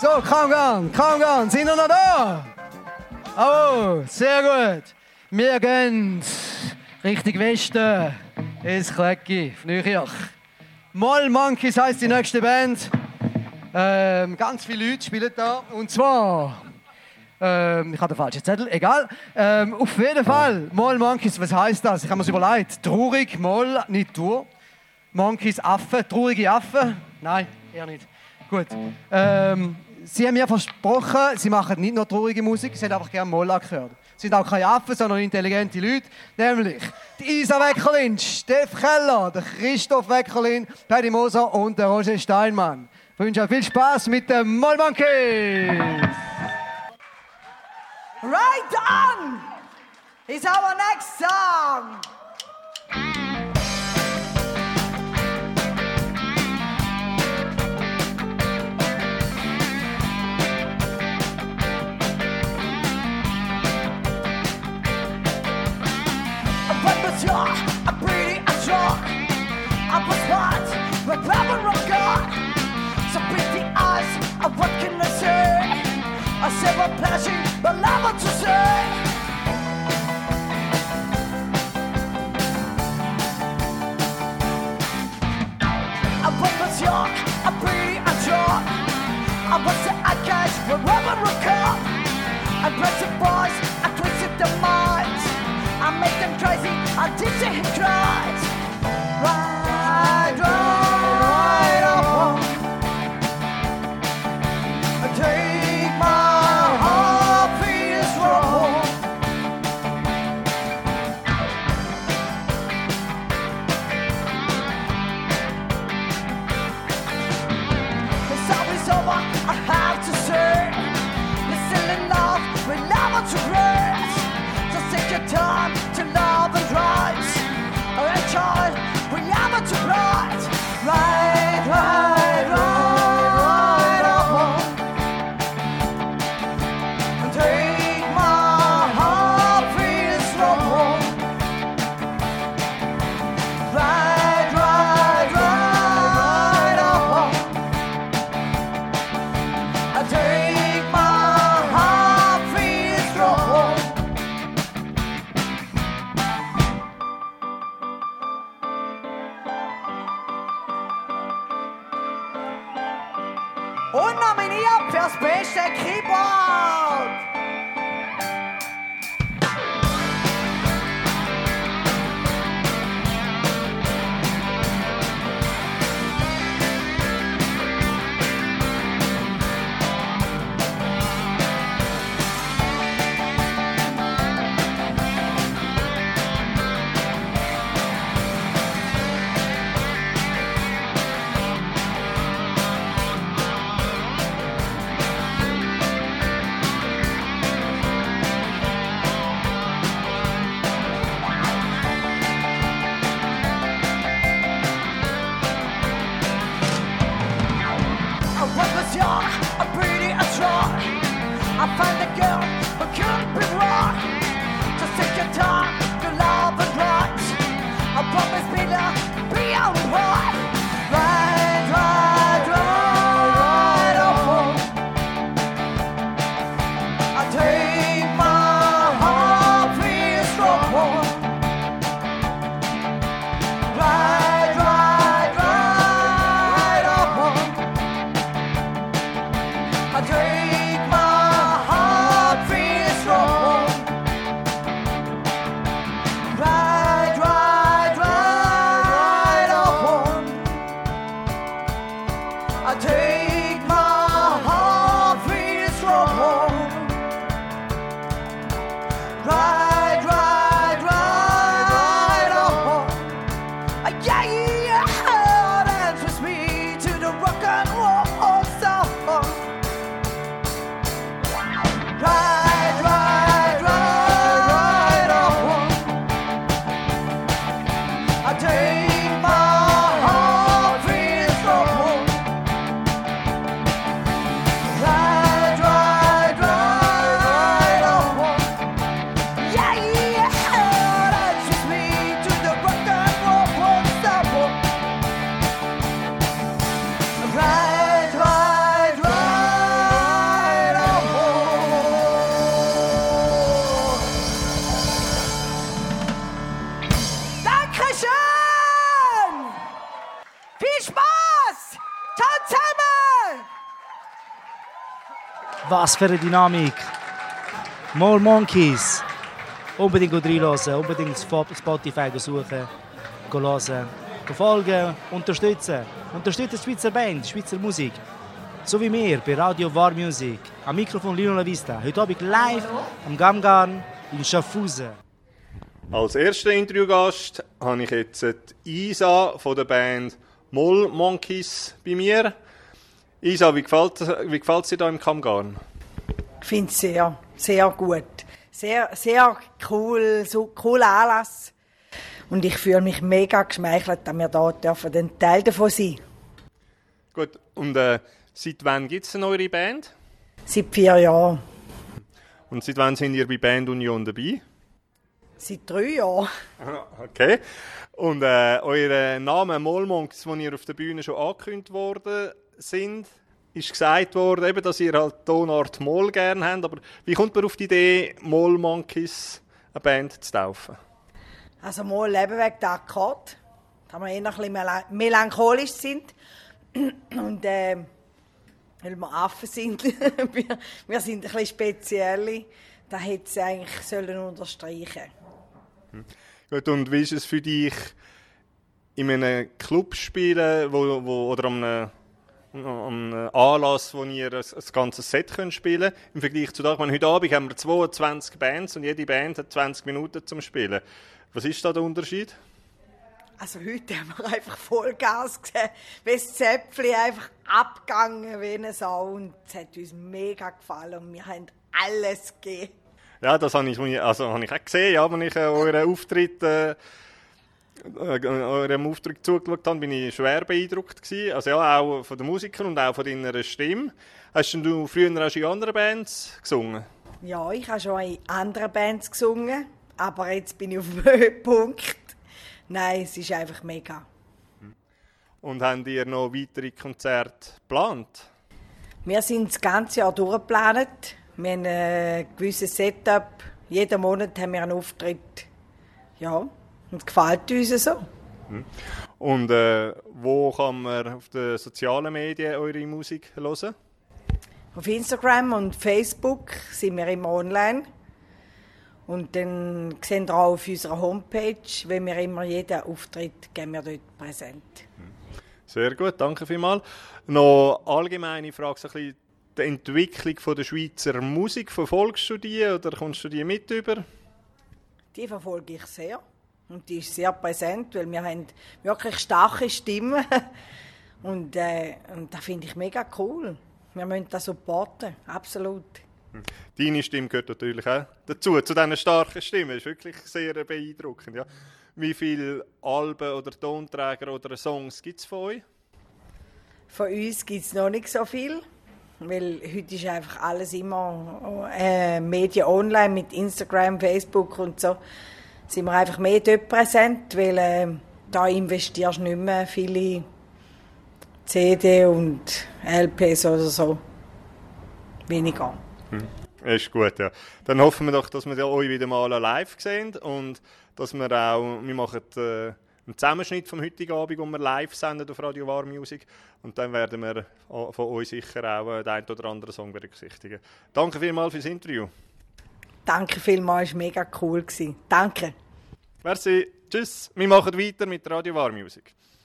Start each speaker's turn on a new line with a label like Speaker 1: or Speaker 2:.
Speaker 1: So, Kramgarn, sind ihr noch da? Oh, sehr gut. Wir gehen Richtung Westen, ins Klecki, von Nürnberg. Moll Monkeys heisst die nächste Band. Ganz viele Leute spielen da. Und zwar, ich habe den falschen Zettel, egal. Auf jeden Fall, Moll Monkeys, was heisst das? Ich habe mir das überlegt. Traurig, Moll, nicht Tour. Monkeys, Affen, traurige Affen. Nein, eher nicht. Gut. Sie haben mir versprochen, sie machen nicht nur traurige Musik, sie haben einfach gerne Moll gehört. Sie sind auch keine Affen, sondern intelligente Leute. Nämlich die Isa Weckerlin, Steff Keller, der Christoph Weckerlin, Paddy Moser und der Roger Steinmann. Ich wünsche euch viel Spaß mit den Moll Monkeys.
Speaker 2: Right on is our next song. I'm pretty and strong. I'm a smart, but power of God. So pretty eyes, what can I say? I say what passion, but love to say. I'm young, I'm pretty and strong. I was the outcast, but rubber of God. I press the boys, I twisted their minds. I make them crazy, I teach them cries. Right up. I take my heart, feels wrong. It's always over, I have to say. You're still in love, with love to grace. Take your time to love and rise. A child, we never to rise. Right on. Take my heart, feels wrong. Right on. Take my heart, feels wrong. Und nominiert fürs beste Keyboard. I'm pretty and strong. I find a girl who couldn't be wrong. Just take your time to love and rise. I promise me to be alright. Right on. I take my heart, feels strong. Right on. I take my heart, feels wrong. Right on. I take my heart, feels wrong. Right on. Yeah, dance with me to the rock and roll song.
Speaker 3: Was für eine Dynamik. Mole Monkeys. Unbedingt reinhören, unbedingt Spotify suchen, hören, folgen, unterstützen. Unterstützen die Schweizer Band, die Schweizer Musik. So wie wir bei Radio War Music. Am Mikrofon Lino La Vista. Heute Abend live am Gamgarn in Schaffhausen.
Speaker 4: Als ersten Interviewgast habe ich jetzt die Isa von der Band Mole Monkeys bei mir. Isa, wie gefällt es dir hier im Kammgarn?
Speaker 5: Ich finde es sehr, sehr gut. Sehr, sehr cool, so cooler Anlass. Und ich fühle mich mega geschmeichelt, dass wir da dürfen ein Teil davon sein.
Speaker 4: Gut, und seit wann gibt es eure Band?
Speaker 5: Seit 4 Jahren.
Speaker 4: Und seit wann sind ihr bei Band Union dabei?
Speaker 5: Seit 3 Jahren.
Speaker 4: Okay. Und eure Namen Mole Monkeys, die ihr auf der Bühne schon angekündigt worden sind, ist gesagt worden, eben, dass ihr halt Tonart Mol gerne habt. Aber wie kommt man auf die Idee, Mole Monkeys eine Band zu taufen?
Speaker 5: Also Mol leben wegen der Akkord. Da wir eher ein bisschen melancholisch sind. Und weil wir Affen sind. wir sind ein bisschen speziell. Da hätte sie eigentlich sollen unterstreichen.
Speaker 4: Gut, und wie ist es für dich, in einem Club spielen, oder am Anlass, wo ihr ein ganzes Set spielen könnt, im Vergleich zu da? Heute Abend haben wir 22 Bands und jede Band hat 20 Minuten zum Spielen. Was ist da der Unterschied?
Speaker 5: Also heute haben wir einfach Vollgas gesehen, wie das Zäpfchen einfach abgegangen wie eine Sau. Und es hat uns mega gefallen und wir haben alles gegeben.
Speaker 4: Ja, das habe ich auch gesehen, ja, als ich eurem Auftritt zugeschaut habe, bin ich schwer beeindruckt gewesen. Also ja, auch von den Musikern und auch von deiner Stimme. Hast du früher auch schon in anderen Bands gesungen?
Speaker 5: Ja, ich habe schon in anderen Bands gesungen, aber jetzt bin ich auf dem Höhepunkt. Nein, es ist einfach mega.
Speaker 4: Und habt ihr noch weitere Konzerte geplant?
Speaker 5: Wir sind das ganze Jahr durchgeplant. Wir haben ein gewisses Setup. Jeden Monat haben wir einen Auftritt. Ja, und es gefällt uns so.
Speaker 4: Und wo kann man auf den sozialen Medien eure Musik hören?
Speaker 5: Auf Instagram und Facebook sind wir immer online. Und dann sehen wir auch auf unserer Homepage, wenn wir immer jeden Auftritt geben wir dort präsent.
Speaker 4: Sehr gut, danke vielmals. Noch allgemeine Frage, so ein bisschen die Entwicklung der Schweizer Musik. Verfolgst du die oder kommst du die mit über?
Speaker 5: Die verfolge ich sehr. Und die ist sehr präsent, weil wir haben wirklich starke Stimmen. Und das finde ich mega cool. Wir müssen das supporten, absolut.
Speaker 4: Deine Stimme gehört natürlich auch dazu, zu diesen starken Stimmen. Das ist wirklich sehr beeindruckend. Ja. Wie viele Alben oder Tonträger oder Songs gibt es von euch?
Speaker 5: Von uns gibt es noch nicht so viel, weil heute ist einfach alles immer Medien online mit Instagram, Facebook und so. Sind wir einfach mehr dort präsent, weil da investierst du nicht mehr viele CD und LPs oder so. Weniger.
Speaker 4: Ist gut, ja. Dann hoffen wir doch, dass wir euch wieder mal live sehen und dass wir machen einen Zusammenschnitt vom heutigen Abend, den wir live senden auf Radio War Music, und dann werden wir von euch sicher auch den einen oder anderen Song berücksichtigen. Danke vielmals fürs Interview.
Speaker 5: Danke vielmals, es war mega cool. Danke.
Speaker 4: Merci, tschüss. Wir machen weiter mit Radio War Music.